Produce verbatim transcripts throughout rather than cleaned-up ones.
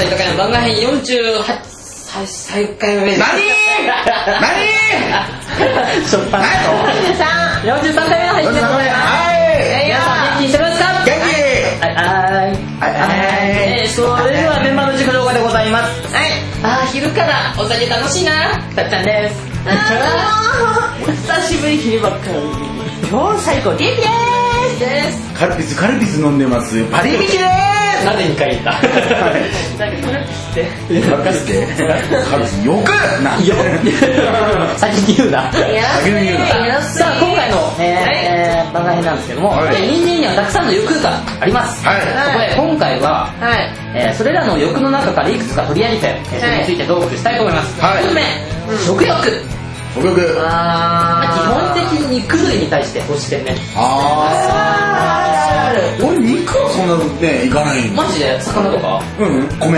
居酒屋の番外編よんじゅうはちさんかいめ。 何何しょっぱなよんじゅうさん、よんじゅうさんかいめの配信でございます。 はい皆さん元気にしてますか？ 元気はいはいはい。それではメンバーの自己紹介でございます。はい。あー、昼からお酒楽しいな。たっちゃんです。 久しぶり昼ばっかり。今日最高元気です。 カルピスカルピス飲んでますパリミキです。 なぜにか言った。 なんかカルピスってカルピスってカルピスよくなんよ先に言うな。 先に言うな。 さあ今回の、えー、番外編なんですけども、 はい、 人間にはたくさんの欲があります。 はい、 そこで今回は、 はいえー、それらの欲の中からいくつか取り上げて、えー、それについてトークしたいと思います。 はい、 ひとつめ、うん、食欲。 食欲。 あ基本的に肉類に対して欲してるね。 あー、俺肉はそんなねいかない。 マジで魚とか？ うん、米。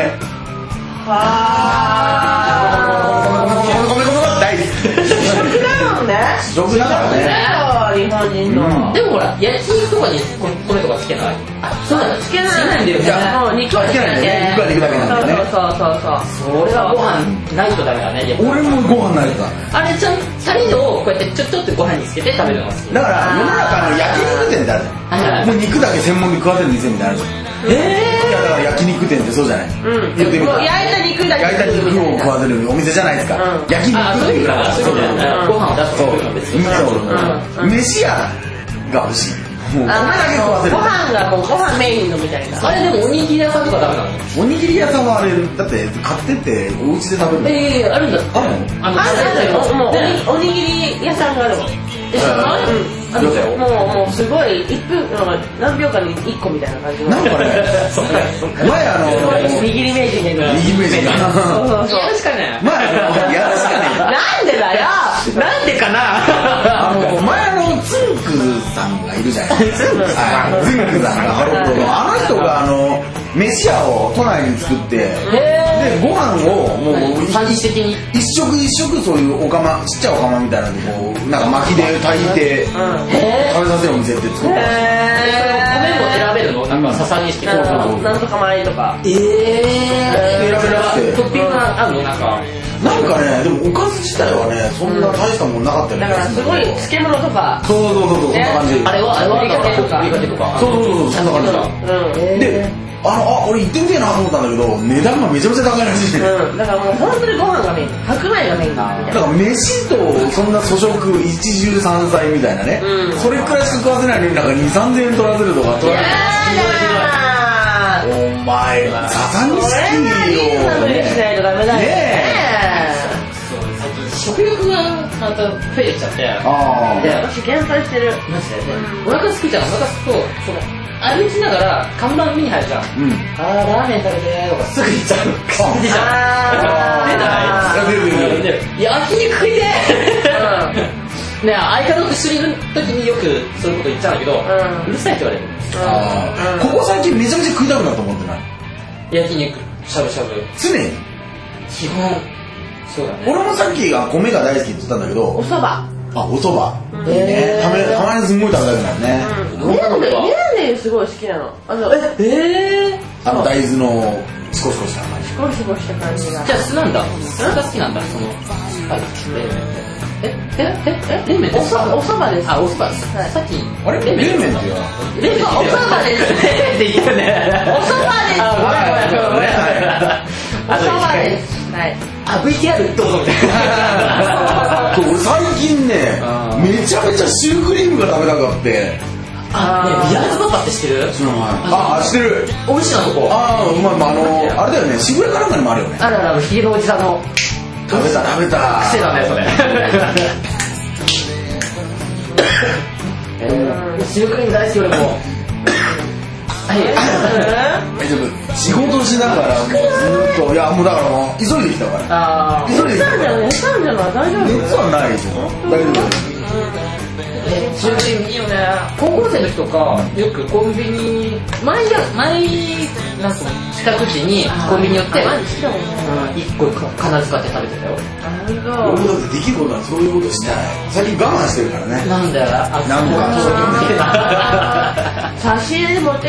あー、米米米米大好き。 食だもんね。 食だからね。 日本人の。 でもほら焼き肉とかに米とかつけない。あ、そうだ、つけないんだよね。 もう肉はつけないね。 肉は肉だけなんだよね。 そうそうそうそう。それはご飯ないとダメだね。 俺もご飯ないから。あれちゃんタレをこうやってちょっとってご飯につけて食べるのが好き。 だから世の中の焼肉店ってあるじゃん。もう肉だけ専門に食わせる店みたいなのあるじゃん。えー、いやだから焼肉店ってそうじゃない。うん。言ってみた。 焼いた肉だけ。 焼いた肉を食わせるお店じゃないですか。焼肉っていうから。 そうだよね。ご飯を出すのが別に。 飯屋が欲しい。もう米だけ食わせる。 ご飯がもうご飯メインのみたいな。 あれでもおにぎり屋さんとかダメなの？ おにぎり屋さんはあれだって買ってってお家で食べるの。 ええ、あるんだ。あるの？ あの、もうおにぎり屋さんがあるの。 え、そうなの？あるんだよ。 もうもうすごいいっぷん何秒間にいっこみたいな感じの。 なんかね、前あの握り名人が握り名人が。 そうそうそう。 やるしかね。 前あのやるしかね。 なんでだよ。 なんでかな。 あの前あのつんくさんがいるじゃないですか。つんくさんがハロプロのあの人があの飯屋を都内に作って、でご飯をもう三次的に一食一食そういうお釜ちっちゃいお釜みたいなのでこうなんか薪で炊いて食べさせるお店って作ってます。 米も選べるの？なんかささにしてこうなんとか米とか。 ええ。 選べなくてトッピングがあるのなんか。 なんかねでもおかず自体はねそんな大したもんなかったよね。 だからすごい漬物とか。 そうそうそうそうそんな感じ。 あれはあれはふりかけとか。 そうそうそうそんな感じだ。で、あのあ俺行ってみてえなと思ったんだけど値段がめちゃめちゃ高いらしい。 うん。だからもう本当にご飯がメイン。白米がメインだ。 だから飯とそんな粗食一汁三菜みたいなね。それくらいしか食わせないのになんか二三千円取らせるとか取られて。お前ササニシキよ。 しないとダメだよね。 食欲がまた増えちゃって。 ああ。 で、 私減災してる。 マジで。お腹すくじゃん。お腹すくとその歩きながら看板見に入るじゃん。うん。あーラーメン食べてとかすぐ行っちゃう。感じじゃん。 あー。出ない。出る。焼肉食いてー。ね相方と一緒にいる時によくそういうこと言っちゃうんだけど、うるさいって言われる。 ああ。ここ最近めちゃめちゃ食いたくなったと思ってない。 焼肉、しゃぶしゃぶ。 常に。 基本。そうだね。 俺もさっきが米が大好きって言ったんだけど。 お蕎麦。 あ、お蕎麦。いいね。たまにすんごい食べたくなるね。 メンデすごい好きなの。あの、え、えあの大豆のシコシコした感じ。 シコシコした感じが。 じゃあ酢なんだ。酢が好きなんだ。その、はい。え、え、え、え、冷麺です。 お蕎麦です。 あ、お蕎麦です。さっき、 あれ冷麺って言うな。 冷麺お蕎麦です。 って言うね。 お蕎麦です。 あ、ごめんごめんごめん。 お蕎麦です。はい。 あ、ブイティーアール どうぞみたいな。 俺最近ね、めちゃめちゃシュークリームが食べたくなって。 あ、ね、ビアーズパパって知ってる？ 知らない。あ、知ってる。 美味しいなとこ。 ああ、うまい。あの、あれだよね、渋谷かなんかにもあるよね。 あるある、ヒゲのおじさんの。 食べた食べた。 癖だね、それ。シュークリーム大好き俺も。はい。 大丈夫。仕事しながらもうずっといやもうだからもう急いできたから。 ああ。 急いできたから。 熱あるんじゃない？大丈夫？ 熱はないでしょ。大丈夫。 シュークリームいいよね。高校生の時とかよくコンビニ毎毎なんか帰宅時にコンビニ寄って一個必ず買って食べてたよ。 俺もだってできることはそういうことしない。最近我慢してるからね。 なんだよ。 なんか差し入れで持って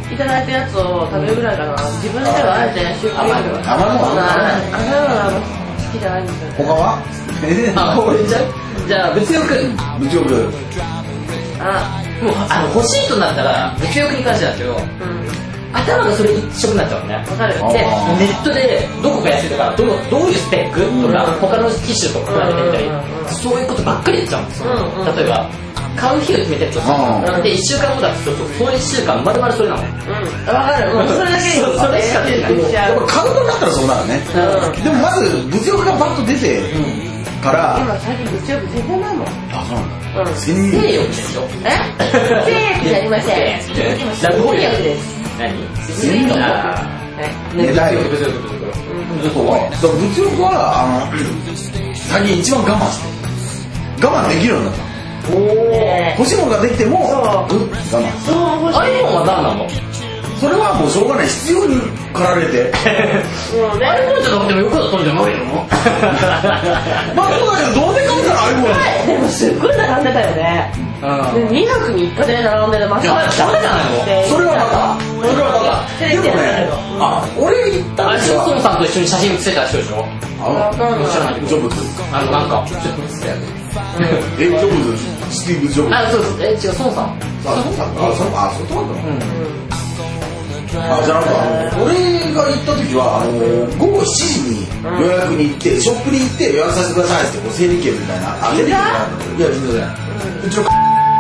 いただいたやつを食べるぐらいかな。自分ではあえてシュークリーム甘いもん甘いもんは好きじゃないんですよね。 他はあ、俺じゃじゃあ物欲物欲あ、 もうあの欲しいとなったら物欲に関してなんですけど、 うん、 頭がそれ一色になっちゃうのね。 わかる。 でネットでどこが安いとかどうどういうスペックとか、他の機種とか比べてみたり、そういうことばっかり言っちゃうんですよ。例えば買う日を決めてるとさ、でいっしゅうかんごだとするとそのいっしゅうかんまるまるそれなの。 うん、わかる。もうそれだけでそれしか出ない。 やっぱ買うとなったらそうなるね。でもまず物欲がバッと出てから今最近物欲全然ないもん。 あ、そうなんだ。 性欲でしょ。 え？性欲じゃありません。今性欲です。 何？ 性欲。 ね、 大欲。 物欲。 物欲はあの最近一番我慢して我慢できるようになった。欲しいものができても我慢。 そう、 iPhone は何なの？ それはもうしょうがない。必要に駆られて。 もうね。 iPhone じゃなくてもよくだったんじゃないの？ まあそうだけどどうせ買うから iPhone。 でもすっごい並んでたよね。にはくみっかで並んでました。 ダメじゃないの？ それはまた。それはまた。でもね、あ、俺行ったんですよ。 ソンさんと一緒に写真写ってた人でしょ？ あの、 知らないけど。 ジョブズ。 あのなんかジョブズだよね。 え、ジョブズ、スティーブ・ジョブズ。 あ、そうです。え、違う、ソンさん。 あ、そうあ、そうあ、そうなんだ。あ、じゃあなんか俺が行った時はあのごごしちじに予約に行ってショップに行って予約させてくださいってこう整理券みたいな。あ、整理券いや、銀座じゃない。うちの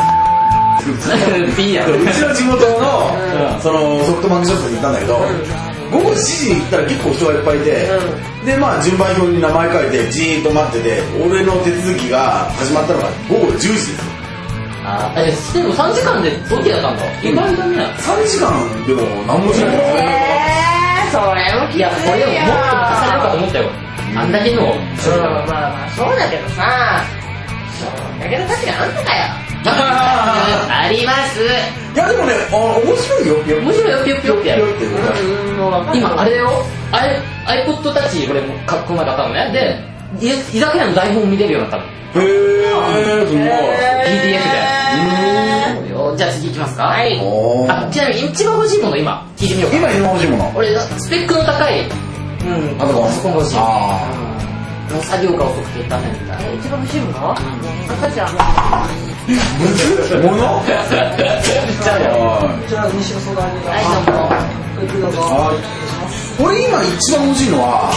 いいや。 うちの地元のそのソフトバンクショップに行ったんだけど、ごごしちじに行ったら結構人がいっぱいいて、でまあ順番表に名前書いてじーっと待ってて、俺の手続きが始まったのがごごじゅうじです。 ああ、でもさんじかんで OK だったんだ。意外だね。 さんじかんでも何もしない。 えー、それもきついよ。 いや、これをもっとさせるかと思ったよ。あんだけの。 まあまあそうだけどさ、そうだけど価値があんのかよ。 あります。 いやでもね、あ、面白いよ。 面白いよ、ぴよぴよってやる。今あれだよ。iPod Touch これもかっこよかったのね。で、居酒屋の台本見れるようになったの。 へー、すごい。 ピーディーエフ で。じゃあ次行きますか。はい。あ、ちなみに一番欲しいもの今聞いてみようか。 今一番欲しいもの。 俺スペックの高い。うん。パソコンが欲しい。ああ。作業が遅くてダメみたいな。 一番欲しいもの？赤ちゃん。 もの？ じゃあ西の相談に。はいどうも。 はい。俺今一番欲しいのは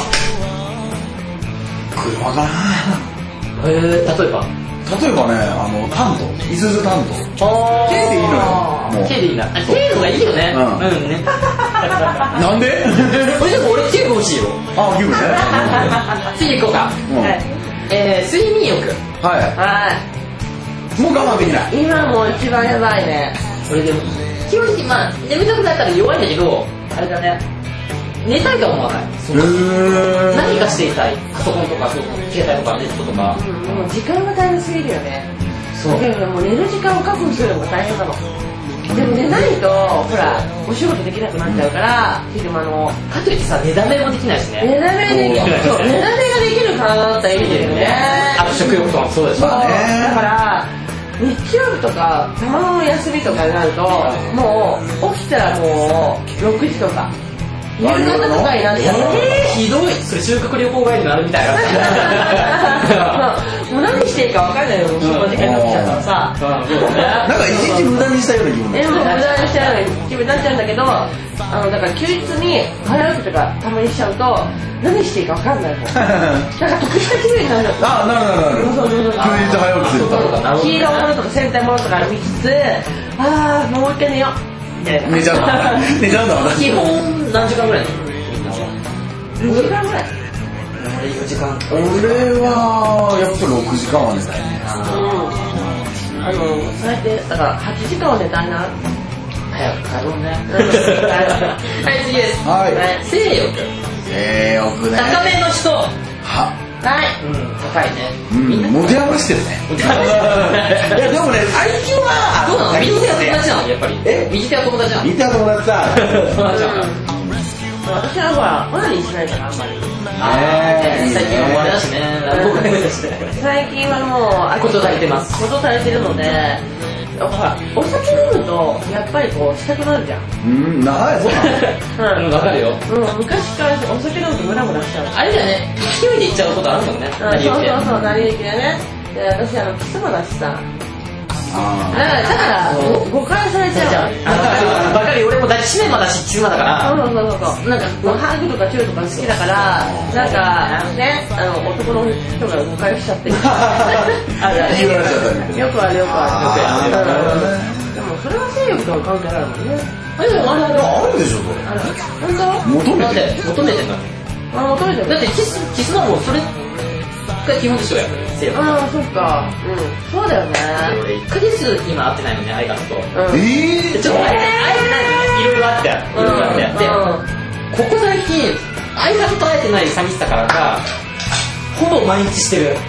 車かな。 へえ、例えば例えばね、あのタント、イスズタント。軽でいいのよ。 軽でいいな。軽のがいいよね。うんね。 なんで？ 俺でも俺キューブ欲しいよ。 あ、キューブね。 次行こうか。えー、睡眠欲。 はい。 はい。 もう我慢できない。 今もう一番やばいね。 それでも基本的にまあ眠たくなったら弱いんだけど、あれだね。寝たいとは思わない。何かしていたい。パソコンとか携帯とかネットとか。 もう時間が大変すぎるよね。そう。でももう寝る時間を確保するのが大変なの。でも寝ないとほらお仕事できなくなっちゃうから、昼間の。 かといってさ寝だめもできないしね。 寝だめできる。そう寝だめができる体だったらいいんだよね。 あと食欲とかもそうですからね。だから日曜日とかたまの休みとかになるともう起きたらもうろくじとか。夕方とかになっちゃう。 ひどい。それ修学旅行帰りになるみたいな。 もう何していいか分かんないよ。その時間になっちゃったらさ。 なんか一日無駄にしたような気分。 え、もう無駄にしちゃうような気分になっちゃうんだけど、あのだから休日に早起きとかたまにしちゃうと何していいか分かんないもん。なんか得した気分になる。 あ、なるなるなる。 そうそうそう。 休日早起きすると。 黄色いものとか洗濯物とか見つつ、ああもう一回寝よう。 寝ちゃう寝ちゃうんだろうな。 基本何時間ぐらい？ ろくじかんぐらい。 俺よじかん。 俺はやっぱりろくじかんは寝たいね。 うん。あの最低だからはちじかんは寝たいな。 早く帰ろうね。はい次です。 はい。 性欲。 性欲ね。 高めの人。 は。 はい。 うん、高いね。 うん、持て余してるね。いやでもね、アイキューはどうなの？右手は友達なのやっぱり。え？右手は友達なの？ 右手は友達だ。 友達なの。 私はほらオナニーしないからあんまり。 最近は終わりだしね。最近はもうこと足りてます。 こと足りてるので、 ほらお酒飲むとやっぱりこうしたくなるじゃん。 うん長いそうなの。うん、わかるよ。 うん、昔からお酒飲むとムラムラしちゃう。 あれだよね、勢いでいっちゃうことあるもんね。 そうそうそう、成り行きでね。で、私あのキスマだしさ。だからだから誤解されちゃう。 わかるよ、俺もだしシネマだしキスマだから。 そうそうそうそう。なんかハグとかチューとか好きだから、なんかね、あの男の人が誤解しちゃってる。あるある。 言われちゃったね。 よくあるよくある。でもそれは性欲とは関係あるもんね。あれでもあるある。 あるでしょそれ。 ある。本当？ 求めて求めてんだ。 あ、求めてる。 だってキスキスのもそれが基本でしょやっぱり性欲。 ああ、そっか。うん。そうだよね。 俺いっかげつ今会ってないのね、相方と。 ええ。 ちょっと会えてないのね。いろいろあって、いろいろあって。で、ここ最近相方と会えてない寂しさからか、ほぼ毎日してる。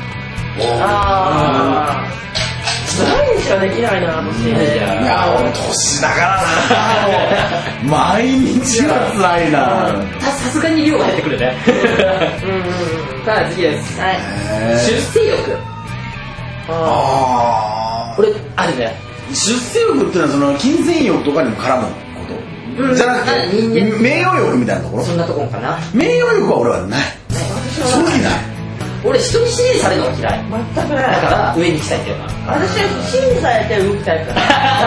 ああ。毎日しかできないな、私。 いや、俺年だからな。毎日は辛いな。 さすがに量が入ってくるね。さあ次です。はい。出世欲。 ああ。 俺あるね。 出世欲っていうのはその金銭欲とかにも絡むこと。じゃなくて名誉欲みたいなところ。 そんなところかな。 名誉欲は俺はない。正直ない。俺人に支持されるのが嫌い。 全くない。 だから上に行きたいっていうのは。 私は支持されて動きたいから。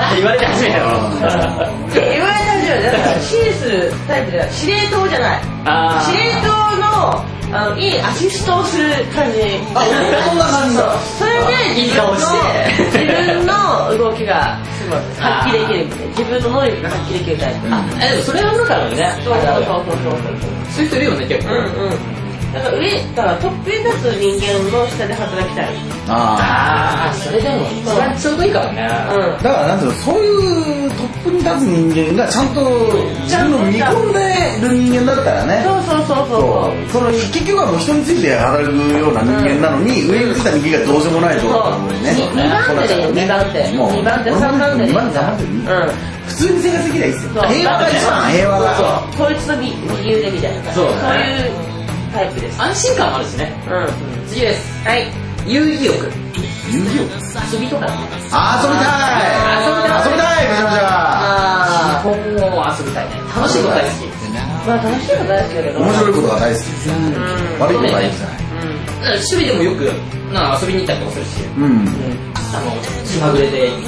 言われて初めてだろ。 言われて初めてだから支持するタイプじゃない。司令塔じゃない。司令塔のあのいいアシストをする感じ。 あ、そんな感じだ。 それで自分の自分の動きがすごい発揮できるみたいな。自分の能力が発揮できるタイプ。 あ、でもそれはあるからね。 そうそうそうそうそういう人いるよね結構。 うんうん。だから上からトップに立つ人間の下で働きたい。 ああ、それでも一番ちょうどいいからね。 うん。だからなんていうの、そういうトップに立つ人間がちゃんと自分の見込んでる人間だったらね。 そうそうそうそう。 その結局はもう人について働くような人間なのに、上についた人間がどうしようもないと思うね。 にばん手でいいよ、にばん手。にばん手、さんばん手でいい。 にばん手、さんばん手でいい。普通に生活できないですよ。平和が一番平和だ。 こいつの右腕みたいな。そういうタイプです。 安心感もあるしね。うん。次です。はい。遊戯欲。 遊戯欲。 遊びとか。 あ、遊びたい。遊びたい。遊びたい。めちゃめちゃ。 ああ。今後遊びたいね。楽しいこと大好き。 まあ楽しいこと大好きだけど。 面白いことが大好きです。悪いこと大好きじゃない。 趣味でもよくなんか遊びに行ったりとかするし。うん。あの気まぐれで行って。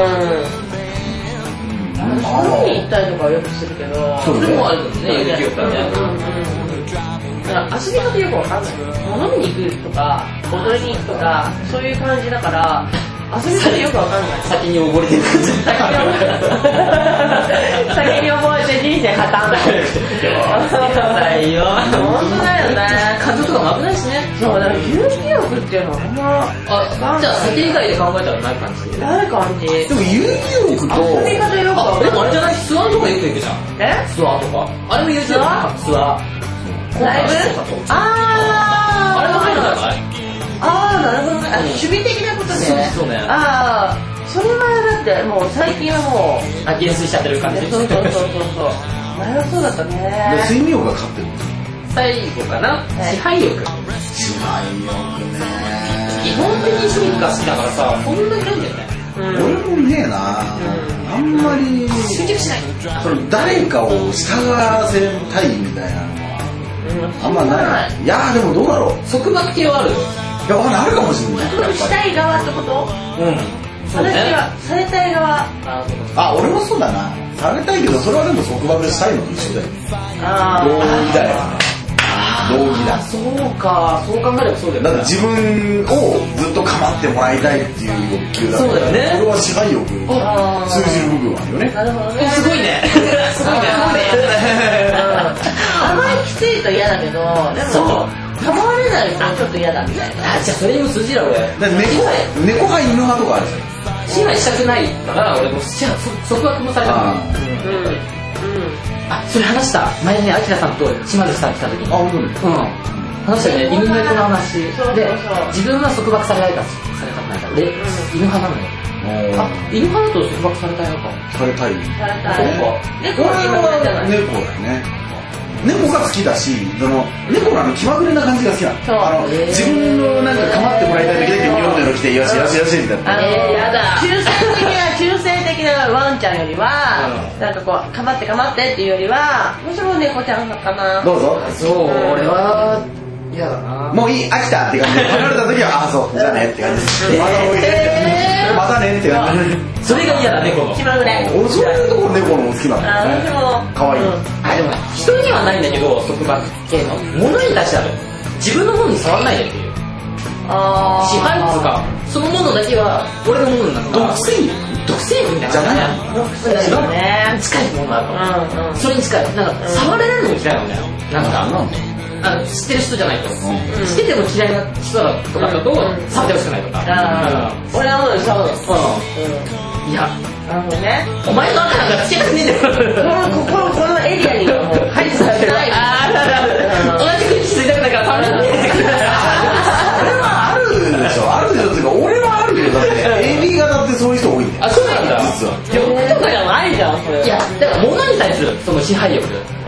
うん。 飲みに行ったりとかはよくするけど。 それもあるんですね。遊戯欲がね。 だから遊び方よくわかんない。飲みに行くとか踊りに行くとかそういう感じだから遊び方よくわかんない。 先に溺れてる感じ。 先に溺れて人生破綻だ。 いよ。 本当だよね。 感情とかも危ないしね。 そうだから遊戯欲っていうのはあんま。 あ、じゃあ酒以外で考えたらない感じ。 ない感じ。 でも遊戯欲と。 遊び方よくわかんない。 でもあれじゃないツアーとかよく行くじゃん。 え？ ツアーとか。あれも遊戯欲か。ツアー。 ライブ？あー。 あれも入るじゃない？ あー、なるほどね。守備的なことね。 そうね。 あー、それはだってもう最近はもうあ、減衰しちゃってる感じ。 そうそうそうそうそう。前はそうだったね。 睡眠欲が勝ってる。 最後かな。支配欲。 支配欲ね。 基本的に趣味が好きだからさ、そんなにないんだよね。 俺もねえな。あんまり集中しない。 その誰かを従わせたいみたいなのはあんまない。いやでもどうだろう。 束縛系はある。 いや、あるかもしれない。 したい側ってこと？うん。私はされたい側。 あ、俺もそうだな。されたいけど、それはでも束縛したいのと一緒だよ。ああ。同義だよ。同義だ。 そうか、そう考えればそうだよね。 だから自分をずっと構ってもらいたいっていう欲求だから。 そうだよね。 それは支配欲通じる部分はあるよね。 なるほどね。 すごいね。すごいね。 あまりきついと嫌だけど、でも構われないとちょっと嫌だみたいな。 あ、じゃあそれにも通じる俺。 猫猫派犬派とかあるじゃん。 支配したくないから俺も束縛もされたから。うん。あ、それ話した。前にアキラさんと島津さん来た時に。 あ、本当に。 うん。話したよね。犬猫の話で、自分は束縛されないからされたくないから。俺犬派なのよ。あ、犬派だと束縛されたいのか。 されたい。 されたい。 そうか。 猫は今されてない。 猫だよね。 猫が好きだし、その猫のあの気まぐれな感じが好きなの。 そうあの自分のなんか構ってもらいたい時だけニョロニョロ来てよしよしよしみたいな。 あのー、やだ中性的な中性的なワンちゃんよりは、うん、なんかこう構って構ってっていうよりはむしろ猫ちゃんかな。 どうぞ。 そう、俺は嫌だな。 もういい、飽きたって感じで離れた時はああそうじゃあねって感じです。また置いてまたねって感じ。 それが嫌だ、猫の気まぐれ。 俺そういうところ猫の好きなんだよね。可愛い。 あ、でも人にはないんだけど、束縛系の物に対してある。自分のものに触らないでっていう。 あ支配とかそのものだけは俺のものなんだ。 独占独占みたいな。 じゃない。 独占だよね。 近いものがあると。 うんうん。 それに近い。なんか触れるのも嫌いなんだよ。なんか。あの知ってる人じゃないと、うん、知ってても嫌いな人だとかだと、うん、触ってほしくないとか、 うん、俺はもう触る、 うん、いや、 なるほどね。 お前の赤なんかつけたくねえんだよ。 こここのエリアにもう入ってない。 同じ国ついたくないから触れない。 俺はあるでしょ。あるでしょっていうか俺はあるよ。だって エービー 型ってそういう人多いんだよ。 あ、そうなんだ。 実は。欲とかじゃないじゃんそれ。 いや、だから物に対するその支配力。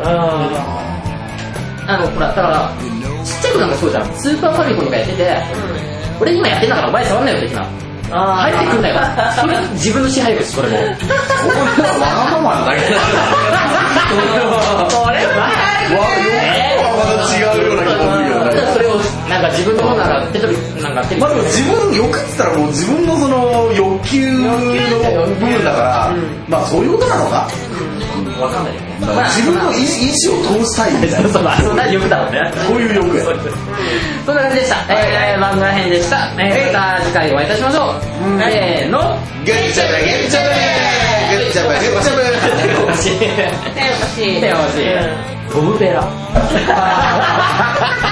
あのほらだからちっちゃい子なんかそうじゃん。スーパーファミコンとかやってて、うん、俺今やってんだからお前触んないよ的な。入ってくんだよ。それ自分の支配力です。それも。俺はわがままなだけだ。 それはまた違うような気もするけどね。 それをなんか自分のものなんか手取りなんか手に。 まあでも自分欲って言ったらもう自分のその欲求の部分だから、うん、まあそういうことなのか。 わかんないよね。 自分の意思を通したいみたいな。 そんな欲だろうね。 そういう欲や。 そんな感じでした。えー、漫画編でした。えー、また次回お会いいたしましょう。せーの。 ゲッチャブゲッチャブゲッチャブゲッチャブ。 手欲しい。 手欲しい。 手欲しい。ボブベラ。